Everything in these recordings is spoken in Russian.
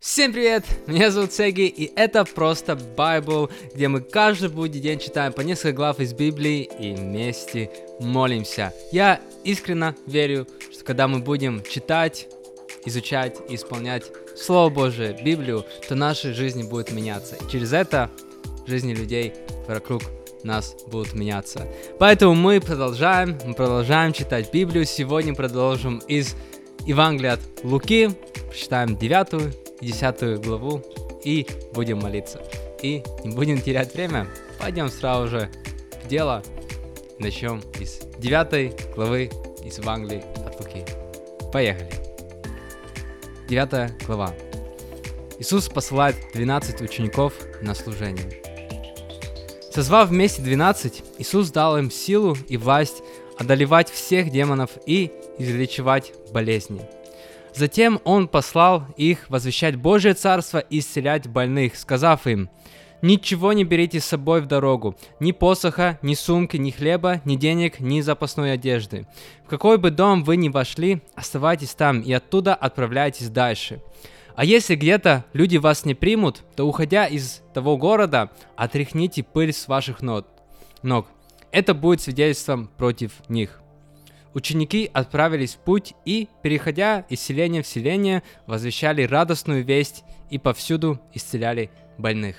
Всем привет! Меня зовут Сеги, и это просто Bible, где мы каждый будний день читаем по несколько глав из Библии и вместе молимся. Я искренне верю, что когда мы будем читать, изучать и исполнять Слово Божие, Библию, то наши жизни будут меняться. И через это жизни людей вокруг нас будут меняться. Поэтому мы продолжаем читать Библию. Сегодня продолжим из Евангелия от Луки, прочитаем 9 и 10 главу и будем молиться. И не будем терять время, пойдем сразу же в дело. Начнем из 9 главы из Евангелия от Луки. Поехали. 9 глава. Иисус посылает 12 учеников на служение. Созвав вместе 12, Иисус дал им силу и власть одолевать всех демонов и излечивать болезни. Затем Он послал их возвещать Божие Царство и исцелять больных, сказав им: «Ничего не берите с собой в дорогу, ни посоха, ни сумки, ни хлеба, ни денег, ни запасной одежды. В какой бы дом вы ни вошли, оставайтесь там и оттуда отправляйтесь дальше. А если где-то люди вас не примут, то, уходя из того города, отряхните пыль с ваших ног. Это будет свидетельством против них». Ученики отправились в путь и, переходя из селения в селение, возвещали радостную весть и повсюду исцеляли больных.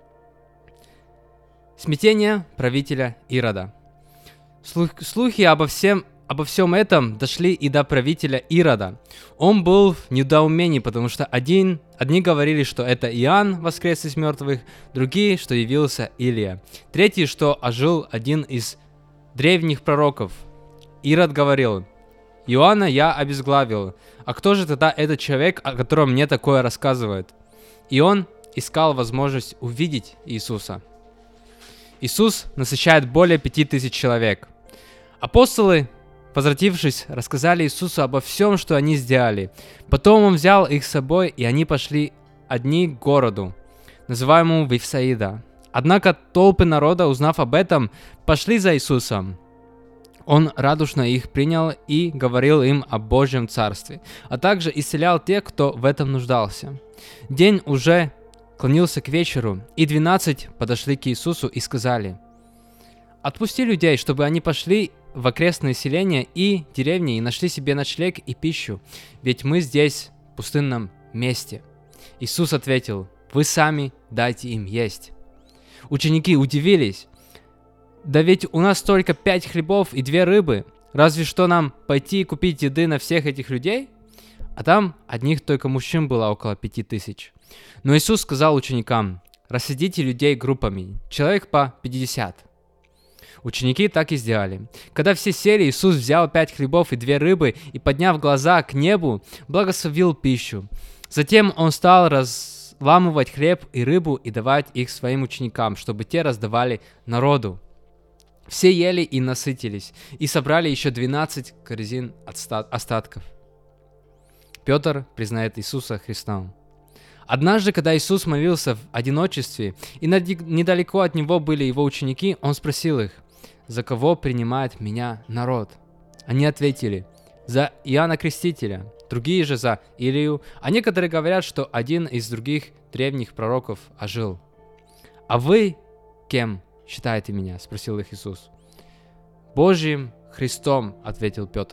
Смятение правителя Ирода. Слухи обо всем этом дошли и до правителя Ирода. Он был в недоумении, потому что одни говорили, что это Иоанн воскрес из мертвых, другие, что явился Илия, третий, что ожил один из древних пророков. Ирод говорил: «Иоанна я обезглавил, а кто же тогда этот человек, о котором мне такое рассказывает?» И он искал возможность увидеть Иисуса. Иисус насыщает более 5000 человек. Апостолы, возвратившись, рассказали Иисусу обо всем, что они сделали. Потом Он взял их с собой, и они пошли одни к городу, называемому Вифсаида. Однако толпы народа, узнав об этом, пошли за Иисусом. Он радушно их принял и говорил им о Божьем Царстве, а также исцелял тех, кто в этом нуждался. День уже клонился к вечеру, и 12 подошли к Иисусу и сказали: «Отпусти людей, чтобы они пошли в окрестные селения и деревни и нашли себе ночлег и пищу, ведь мы здесь, в пустынном месте». Иисус ответил: «Вы сами дайте им есть». Ученики удивились: «Да ведь у нас только 5 хлебов и 2 рыбы. Разве что нам пойти и купить еды на всех этих людей?» А там одних только мужчин было около 5000. Но Иисус сказал ученикам: «Рассадите людей группами, человек по 50». Ученики так и сделали. Когда все сели, Иисус взял 5 хлебов и 2 рыбы и, подняв глаза к небу, благословил пищу. Затем Он стал разламывать хлеб и рыбу и давать их своим ученикам, чтобы те раздавали народу. Все ели и насытились, и собрали еще 12 корзин остатков. Петр признает Иисуса Христом. Однажды, когда Иисус молился в одиночестве, и недалеко от Него были Его ученики, Он спросил их: «За кого принимает меня народ?» Они ответили: «За Иоанна Крестителя, другие же за Илию, а некоторые говорят, что один из других древних пророков ожил». «А вы кем считаете меня?» — спросил их Иисус. «Божьим Христом», — ответил Петр.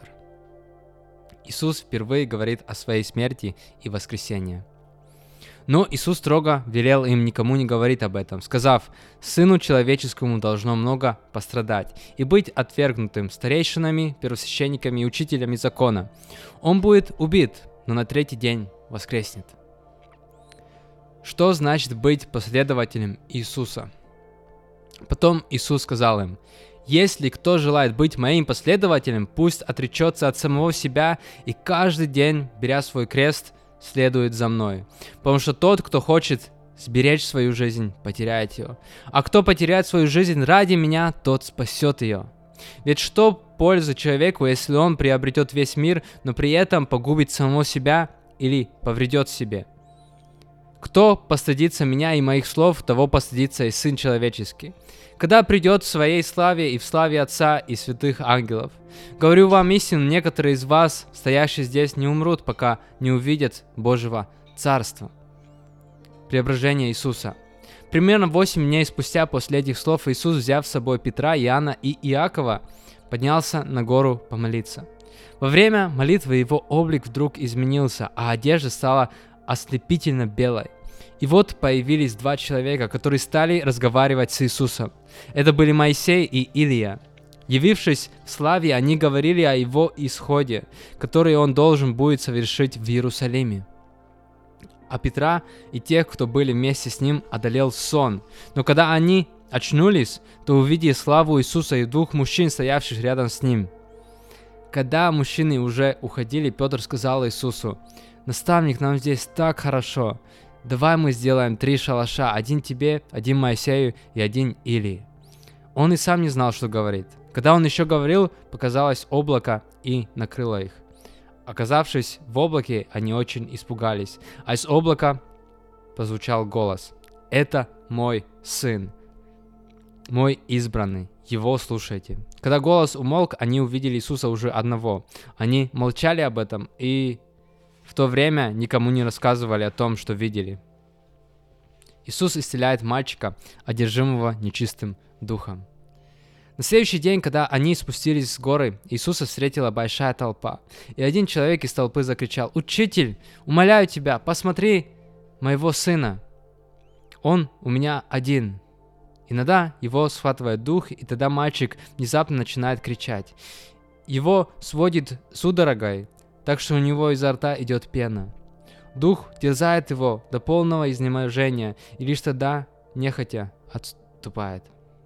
Иисус впервые говорит о своей смерти и воскресении. Но Иисус строго велел им никому не говорить об этом, сказав: «Сыну человеческому должно много пострадать и быть отвергнутым старейшинами, первосвященниками и учителями закона. Он будет убит, но на 3-й день воскреснет». Что значит быть последователем Иисуса? Потом Иисус сказал им: «Если кто желает быть моим последователем, пусть отречется от самого себя и каждый день, беря свой крест, следует за мной. Потому что тот, кто хочет сберечь свою жизнь, потеряет ее. А кто потеряет свою жизнь ради меня, тот спасет ее. Ведь что пользы человеку, если он приобретет весь мир, но при этом погубит самого себя или повредет себе? Кто постыдится меня и моих слов, того постыдится и Сын Человеческий, когда придет в своей славе и в славе Отца и святых ангелов. Говорю вам истину, некоторые из вас, стоящие здесь, не умрут, пока не увидят Божьего Царства». преображения Иисуса. Примерно 8 дней спустя после этих слов Иисус, взяв с собой Петра, Иоанна и Иакова, поднялся на гору помолиться. Во время молитвы его облик вдруг изменился, а одежда стала ослепительно белой. И вот появились 2 человека, которые стали разговаривать с Иисусом. Это были Моисей и Илия. Явившись в славе, они говорили о его исходе, который он должен будет совершить в Иерусалиме. А Петра и тех, кто были вместе с ним, одолел сон. Но когда они очнулись, то увидели славу Иисуса и 2 мужчин, стоявших рядом с ним. Когда мужчины уже уходили, Петр сказал Иисусу: «Наставник, нам здесь так хорошо. Давай мы сделаем 3 шалаша, 1 тебе, 1 Моисею и 1 Илии». Он и сам не знал, что говорит. Когда он еще говорил, показалось облако и накрыло их. Оказавшись в облаке, они очень испугались, а из облака прозвучал голос: «Это мой сын, мой избранный, его слушайте». Когда голос умолк, они увидели Иисуса уже одного. Они молчали об этом и в то время никому не рассказывали о том, что видели. Иисус исцеляет мальчика, одержимого нечистым духом. На следующий день, когда они спустились с горы, Иисуса встретила большая толпа. И один человек из толпы закричал: «Учитель, умоляю тебя, посмотри моего сына. Он у меня один». Иногда его схватывает дух, и тогда мальчик внезапно начинает кричать. Его сводит судорогой, так что у него изо рта идет пена. Дух терзает его до полного изнеможения, и лишь тогда нехотя отступает.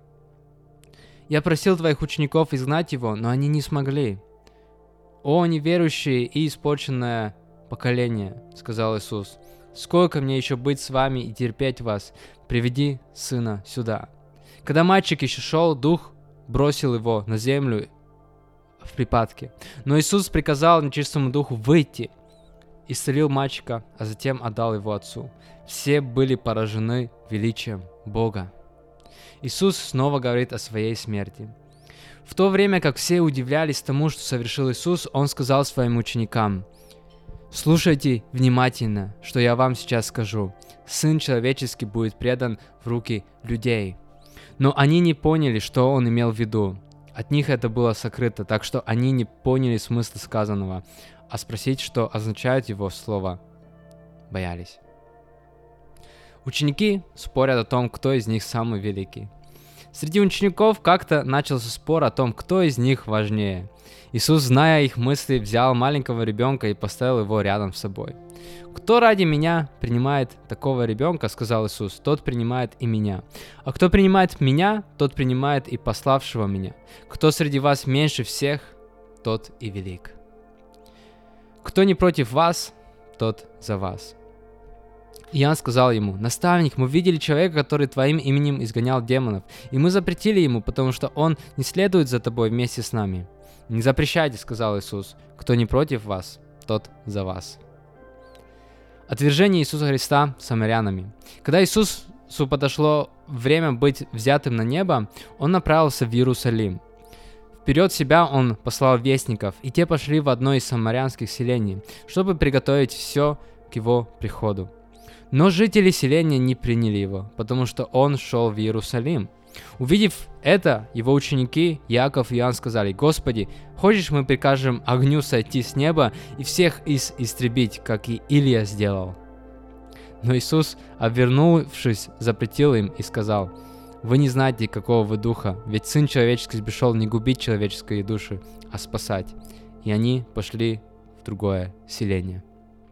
«Я просил твоих учеников изгнать его, но они не смогли». «О, неверующие и испорченное поколение», — сказал Иисус, «сколько мне еще быть с вами и терпеть вас? Приведи сына сюда». Когда мальчик еще шел, дух бросил его на землю в припадке. Но Иисус приказал нечистому духу выйти, исцелил мальчика, а затем отдал его отцу. Все были поражены величием Бога. Иисус снова говорит о своей смерти. В то время как все удивлялись тому, что совершил Иисус, Он сказал своим ученикам: «Слушайте внимательно, что я вам сейчас скажу. Сын человеческий будет предан в руки людей». Но они не поняли, что Он имел в виду. От них это было сокрыто, так что они не поняли смысла сказанного, а спросить, что означает его слово, боялись. Ученики спорят о том, кто из них самый великий. Среди учеников как-то начался спор о том, кто из них важнее. Иисус, зная их мысли, взял маленького ребенка и поставил его рядом с собой. «Кто ради меня принимает такого ребенка, — сказал Иисус, — тот принимает и меня. А кто принимает меня, тот принимает и пославшего меня. Кто среди вас меньше всех, тот и велик. Кто не против вас, тот за вас». Иоанн сказал ему: «Наставник, мы видели человека, который твоим именем изгонял демонов, и мы запретили ему, потому что он не следует за тобой вместе с нами». «Не запрещайте, — сказал Иисус, — кто не против вас, тот за вас». Отвержение Иисуса Христа самарянами. Когда Иисусу подошло время быть взятым на небо, Он направился в Иерусалим. Вперед себя Он послал вестников, и те пошли в одно из самарянских селений, чтобы приготовить все к Его приходу. Но жители селения не приняли Его, потому что Он шел в Иерусалим. Увидев это, Его ученики Иаков и Иоанн сказали: «Господи, хочешь, мы прикажем огню сойти с неба и всех истребить, как и Илия сделал?» Но Иисус, обернувшись, запретил им и сказал: «Вы не знаете, какого вы духа, ведь Сын Человеческий пришел не губить человеческие души, а спасать». И они пошли в другое селение.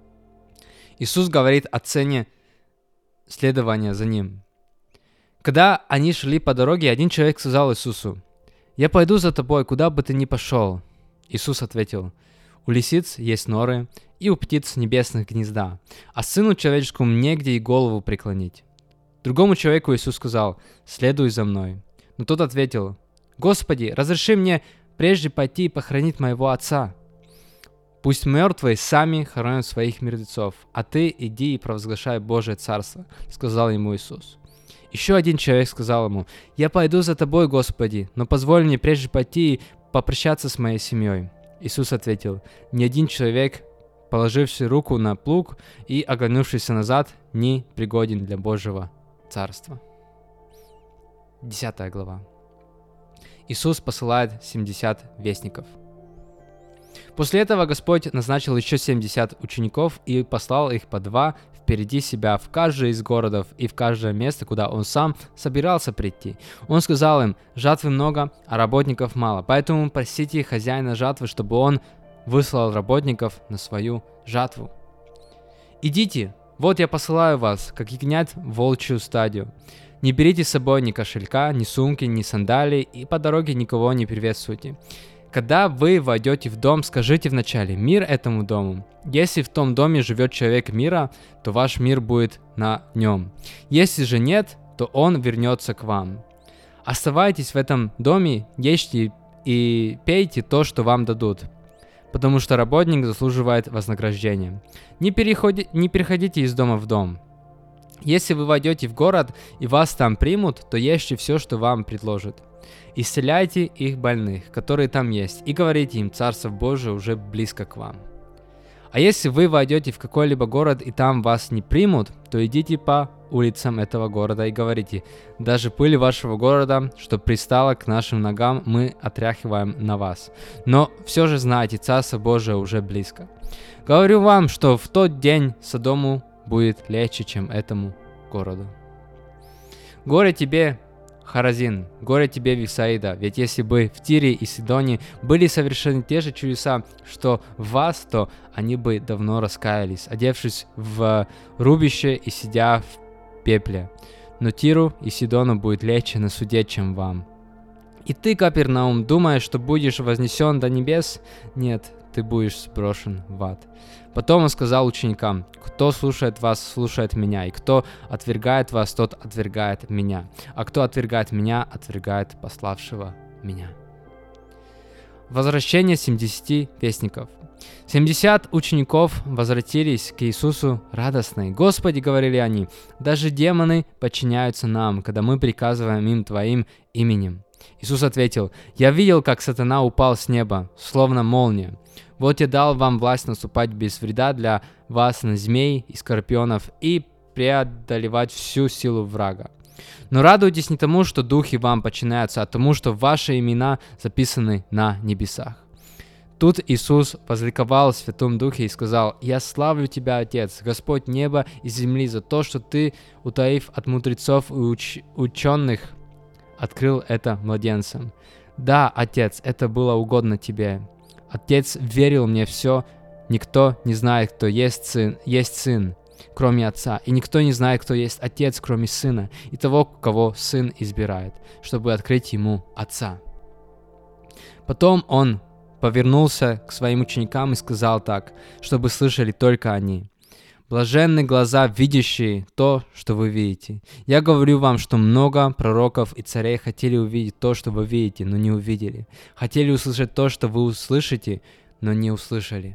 Иисус говорит о цене следования за Ним. Когда они шли по дороге, один человек сказал Иисусу: «Я пойду за тобой, куда бы ты ни пошел». Иисус ответил: «У лисиц есть норы, и у птиц небесных гнезда, а Сыну Человеческому негде и голову преклонить». Другому человеку Иисус сказал: «Следуй за мной». Но тот ответил: «Господи, разреши мне прежде пойти и похоронить моего отца». «Пусть мертвые сами хоронят своих мертвецов, а ты иди и провозглашай Божие Царство», — сказал ему Иисус. Еще один человек сказал ему: «Я пойду за тобой, Господи, но позволь мне прежде пойти и попрощаться с моей семьей». Иисус ответил: «Ни один человек положивший руку на плуг и оглянувшийся назад, не пригоден для Божьего Царства. 10 глава. Иисус посылает 70 вестников. После этого Господь назначил еще 70 учеников и послал их по 2 впереди себя в каждый из городов и в каждое место, куда Он сам собирался прийти. Он сказал им: жатвы много, а работников мало, поэтому просите хозяина жатвы, чтобы он выслал работников на свою жатву. Идите, вот я посылаю вас, как ягнят в волчью стадию. Не берите с собой ни кошелька, ни сумки, ни сандалий, и по дороге никого не приветствуйте. Когда вы войдете в дом, скажите вначале: мир этому дому. Если в том доме живет человек мира, то ваш мир будет на нем. Если же нет, то он вернется к вам. Оставайтесь в этом доме, ешьте и пейте то, что вам дадут, потому что работник заслуживает вознаграждения. Не переходите из дома в дом. Если вы войдете в город и вас там примут, то ешьте все, что вам предложат. Исцеляйте их больных, которые там есть, и говорите им: Царство Божие уже близко к вам. А если вы войдете в какой-либо город и там вас не примут, то идите по улицам этого города и говорите: даже пыль вашего города, что пристала к нашим ногам, мы отряхиваем на вас. Но все же знайте, Царство Божие уже близко. Говорю вам, что в тот день Содому будет легче, чем этому городу. Горе тебе, Хоразин, горе тебе, Вифсаида, ведь если бы в Тире и Сидоне были совершены те же чудеса, что в вас, то они бы давно раскаялись, одевшись в рубище и сидя в пепле. Но Тиру и Сидону будет легче на суде, чем вам. И ты, Капернаум, думаешь, что будешь вознесен до небес? Нет, ты будешь сброшен в ад. Потом он сказал ученикам: кто слушает вас, слушает меня, и кто отвергает вас, тот отвергает меня, а кто отвергает меня, отвергает пославшего меня. Возвращение 70 вестников. 70 учеников возвратились к Иисусу радостные. «Господи, — говорили они, — даже демоны подчиняются нам, когда мы приказываем им Твоим именем». Иисус ответил: «Я видел, как сатана упал с неба, словно молния. Вот я дал вам власть наступать без вреда для вас на змей и скорпионов и преодолевать всю силу врага. Но радуйтесь не тому, что духи вам подчиняются, а тому, что ваши имена записаны на небесах». Тут Иисус возликовал в Святом Духе и сказал: «Я славлю Тебя, Отец, Господь неба и земли, за то, что Ты, утаив от мудрецов и ученых, открыл это младенцам. Да, Отец, это было угодно Тебе. Отец верил мне все. Никто не знает, кто есть сын, кроме Отца, и никто не знает, кто есть Отец, кроме Сына, и того, кого Сын избирает, чтобы открыть ему Отца». Потом он повернулся к своим ученикам и сказал так, чтобы слышали только они: «Блаженны глаза, видящие то, что вы видите. Я говорю вам, что много пророков и царей хотели увидеть то, что вы видите, но не увидели. Хотели услышать то, что вы услышите, но не услышали».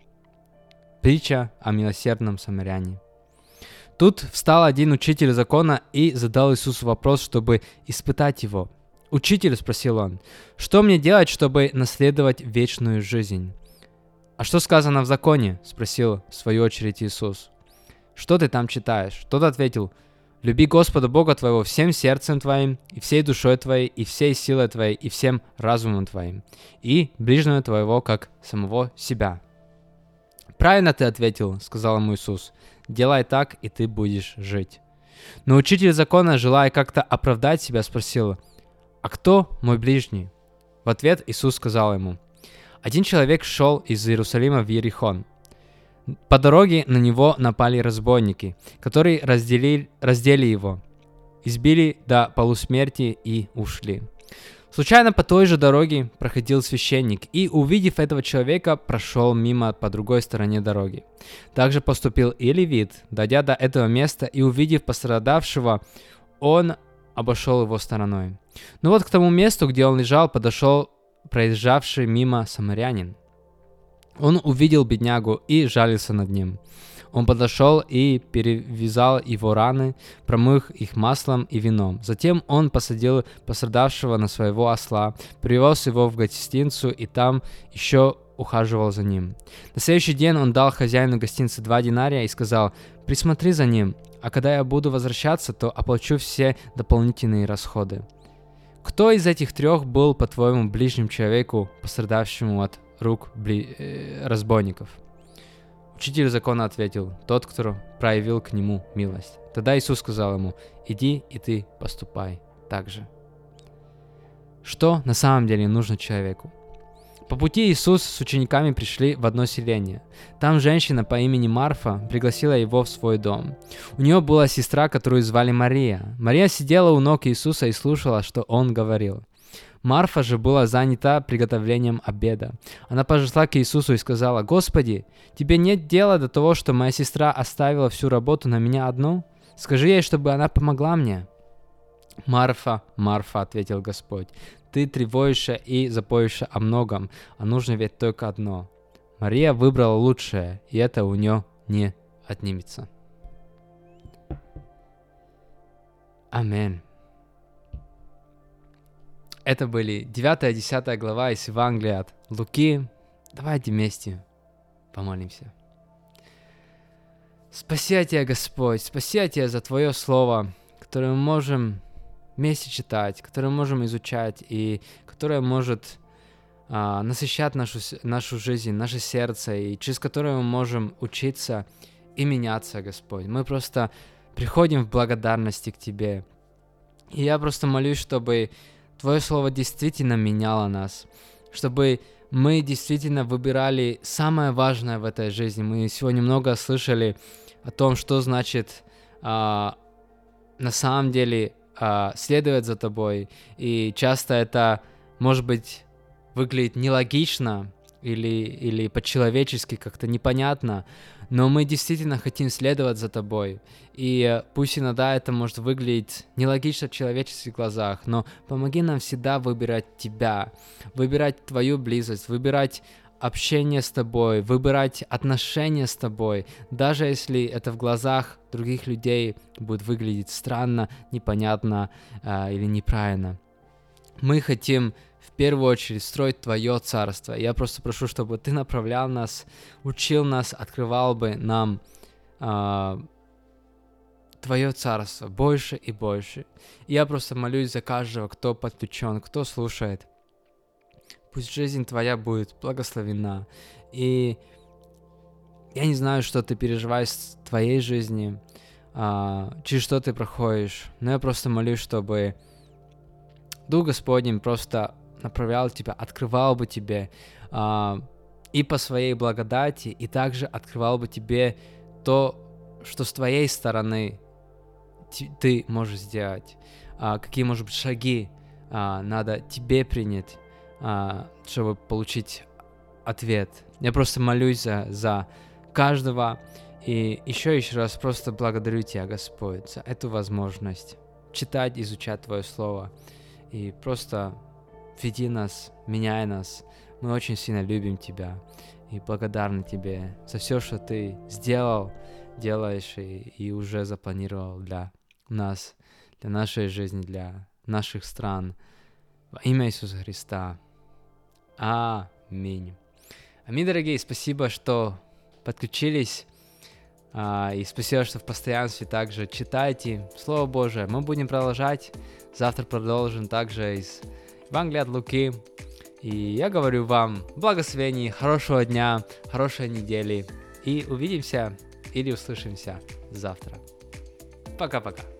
Притча о милосердном самарянине. Тут встал один учитель закона и задал Иисусу вопрос, чтобы испытать его. «Учитель, — спросил он, — что мне делать, чтобы наследовать вечную жизнь?» «А что сказано в законе?» — спросил в свою очередь Иисус. «Что ты там читаешь?» Тот ответил: «Люби Господа Бога твоего всем сердцем твоим, и всей душой твоей, и всей силой твоей, и всем разумом твоим, и ближнего твоего, как самого себя». «Правильно ты ответил, — сказал ему Иисус, — делай так, и ты будешь жить». Но учитель закона, желая как-то оправдать себя, спросил: «А кто мой ближний?» В ответ Иисус сказал ему: «Один человек шел из Иерусалима в Иерихон. По дороге на него напали разбойники, которые раздели его, избили до полусмерти и ушли. Случайно по той же дороге проходил священник и, увидев этого человека, прошел мимо по другой стороне дороги. Также поступил и левит, дойдя до этого места и увидев пострадавшего, он обошел его стороной. Но вот к тому месту, где он лежал, подошел проезжавший мимо самарянин. Он увидел беднягу и жалился над ним. Он подошел и перевязал его раны, промыв их маслом и вином. Затем он посадил пострадавшего на своего осла, привез его в гостиницу и там еще ухаживал за ним. На следующий день он дал хозяину гостиницы 2 динария и сказал: «Присмотри за ним, а когда я буду возвращаться, то оплачу все дополнительные расходы». Кто из этих трех был, по-твоему, ближним человеку, пострадавшему от рук разбойников? Учитель закона ответил: тот, кто проявил к нему милость. Тогда Иисус сказал ему: иди и ты поступай так же. Что на самом деле нужно человеку? По пути Иисус с учениками пришли в одно селение. Там женщина по имени Марфа пригласила его в свой дом. У нее была сестра, которую звали Мария. Мария сидела у ног Иисуса и слушала, что он говорил. Марфа же была занята приготовлением обеда. Она подошла к Иисусу и сказала: «Господи, тебе нет дела до того, что моя сестра оставила всю работу на меня одну? Скажи ей, чтобы она помогла мне». «Марфа, Марфа, — ответил Господь, — ты тревожишься и заботишься о многом, а нужно ведь только одно. Мария выбрала лучшее, и это у нее не отнимется». Аминь. Это были 9-10 глава из Евангелия от Луки. Давайте вместе помолимся. Спаси Тебя, Господь, спаси Тебя за Твое Слово, которое мы можем вместе читать, которое мы можем изучать и которое может насыщать нашу жизнь, наше сердце, и через которое мы можем учиться и меняться, Господь. Мы просто приходим в благодарности к Тебе. И я просто молюсь, чтобы Твое Слово действительно меняло нас, чтобы мы действительно выбирали самое важное в этой жизни. Мы сегодня много слышали о том, что значит на самом деле следовать за Тобой. И часто это, может быть, выглядит нелогично или по-человечески как-то непонятно, но мы действительно хотим следовать за Тобой. И пусть иногда это может выглядеть нелогично в человеческих глазах, но помоги нам всегда выбирать Тебя, выбирать Твою близость, выбирать общение с Тобой, выбирать отношения с Тобой, даже если это в глазах других людей будет выглядеть странно, непонятно или неправильно. Мы хотим в первую очередь строить Твое царство. Я просто прошу, чтобы Ты направлял нас, учил нас, открывал бы нам Твое царство больше и больше. И я просто молюсь за каждого, кто подключен, кто слушает. Пусть жизнь Твоя будет благословена. И я не знаю, что ты переживаешь в твоей жизни, через что ты проходишь, но я просто молюсь, чтобы Дух Господень просто направлял тебя, открывал бы тебе и по своей благодати, и также открывал бы тебе то, что с твоей стороны ты можешь сделать, какие, может быть, шаги надо тебе принять, чтобы получить ответ. Я просто молюсь за каждого, и еще раз просто благодарю Тебя, Господь, за эту возможность читать, изучать Твое Слово, и просто веди нас, меняй нас. Мы очень сильно любим Тебя и благодарны Тебе за все, что Ты сделал, делаешь и уже запланировал для нас, для нашей жизни, для наших стран. Во имя Иисуса Христа. Аминь. Аминь, дорогие, спасибо, что подключились. И спасибо, что в постоянстве также читайте Слово Божие. Мы будем продолжать. Завтра продолжим также из Евангелия от Луки. И я говорю вам благословений, хорошего дня, хорошей недели. И увидимся или услышимся завтра. Пока-пока.